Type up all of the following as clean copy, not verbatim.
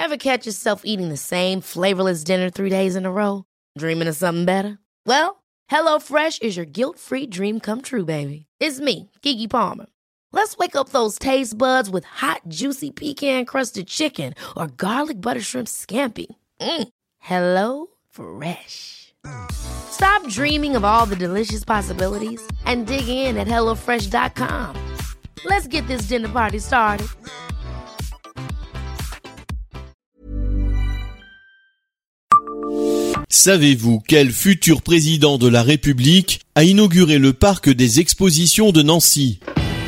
Ever catch yourself eating the same flavorless dinner 3 days in a row? Dreaming of something better? Well, HelloFresh is your guilt-free dream come true, baby. It's me, Keke Palmer. Let's wake up those taste buds with hot, juicy pecan-crusted chicken or garlic butter shrimp scampi. Hello Fresh. Stop dreaming of all the delicious possibilities and dig in at HelloFresh.com. Let's get this dinner party started. Savez-vous quel futur président de la République a inauguré le parc des expositions de Nancy ?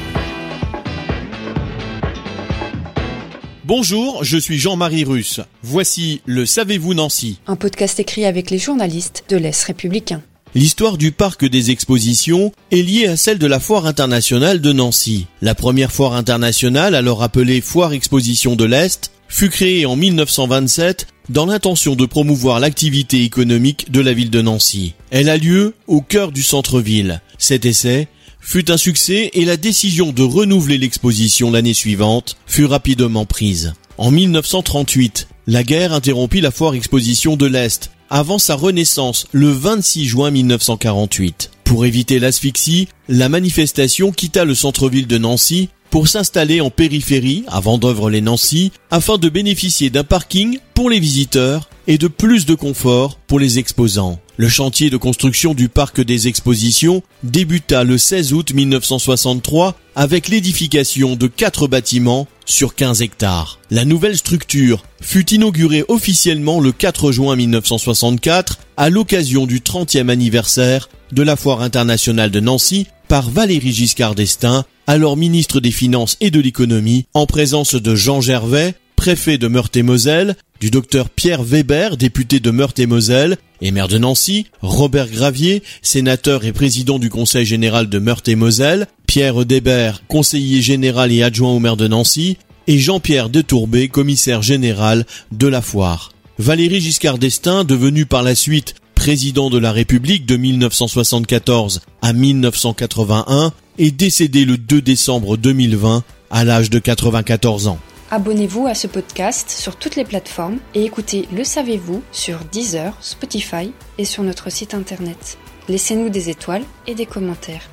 Bonjour, je suis Jean-Marie Russe. Voici le Savez-vous Nancy ? Un podcast écrit avec les journalistes de l'Est républicain. L'histoire du parc des expositions est liée à celle de la Foire internationale de Nancy. La première foire internationale, alors appelée Foire Exposition de l'Est, fut créée en 1927 dans l'intention de promouvoir l'activité économique de la ville de Nancy. Elle a lieu au cœur du centre-ville. Cet essai fut un succès et la décision de renouveler l'exposition l'année suivante fut rapidement prise. En 1938, la guerre interrompit la Foire Exposition de l'Est avant sa renaissance le 26 juin 1948. Pour éviter l'asphyxie, la manifestation quitta le centre-ville de Nancy pour s'installer en périphérie, à Vendœuvre-les-Nancy, afin de bénéficier d'un parking pour les visiteurs et de plus de confort pour les exposants. Le chantier de construction du parc des expositions débuta le 16 août 1963 avec l'édification de 4 bâtiments sur 15 hectares. La nouvelle structure fut inaugurée officiellement le 4 juin 1964 à l'occasion du 30e anniversaire de la Foire internationale de Nancy par Valéry Giscard d'Estaing, alors ministre des Finances et de l'Économie, en présence de Jean Gervais, préfet de Meurthe-et-Moselle, du docteur Pierre Weber, député de Meurthe-et-Moselle et maire de Nancy, Robert Gravier, sénateur et président du Conseil général de Meurthe-et-Moselle, Pierre Débert, conseiller général et adjoint au maire de Nancy, et Jean-Pierre Detourbet, commissaire général de la foire. Valéry Giscard d'Estaing, devenu par la suite président de la République de 1974 à 1981, est décédé le 2 décembre 2020 à l'âge de 94 ans. Abonnez-vous à ce podcast sur toutes les plateformes et écoutez Le Savez-vous sur Deezer, Spotify et sur notre site internet. Laissez-nous des étoiles et des commentaires.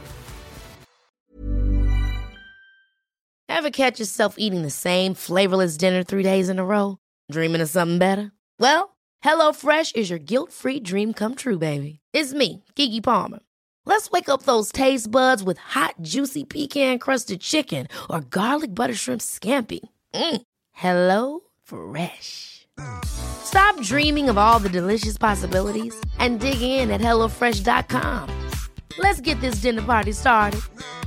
Ever catch yourself eating the same flavorless dinner 3 days in a row? Dreaming of something better? Well, HelloFresh is your guilt-free dream come true, baby. It's me, Keke Palmer. Let's wake up those taste buds with hot, juicy pecan-crusted chicken or garlic butter shrimp scampi. Hello Fresh. Stop dreaming of all the delicious possibilities and dig in at HelloFresh.com. Let's get this dinner party started.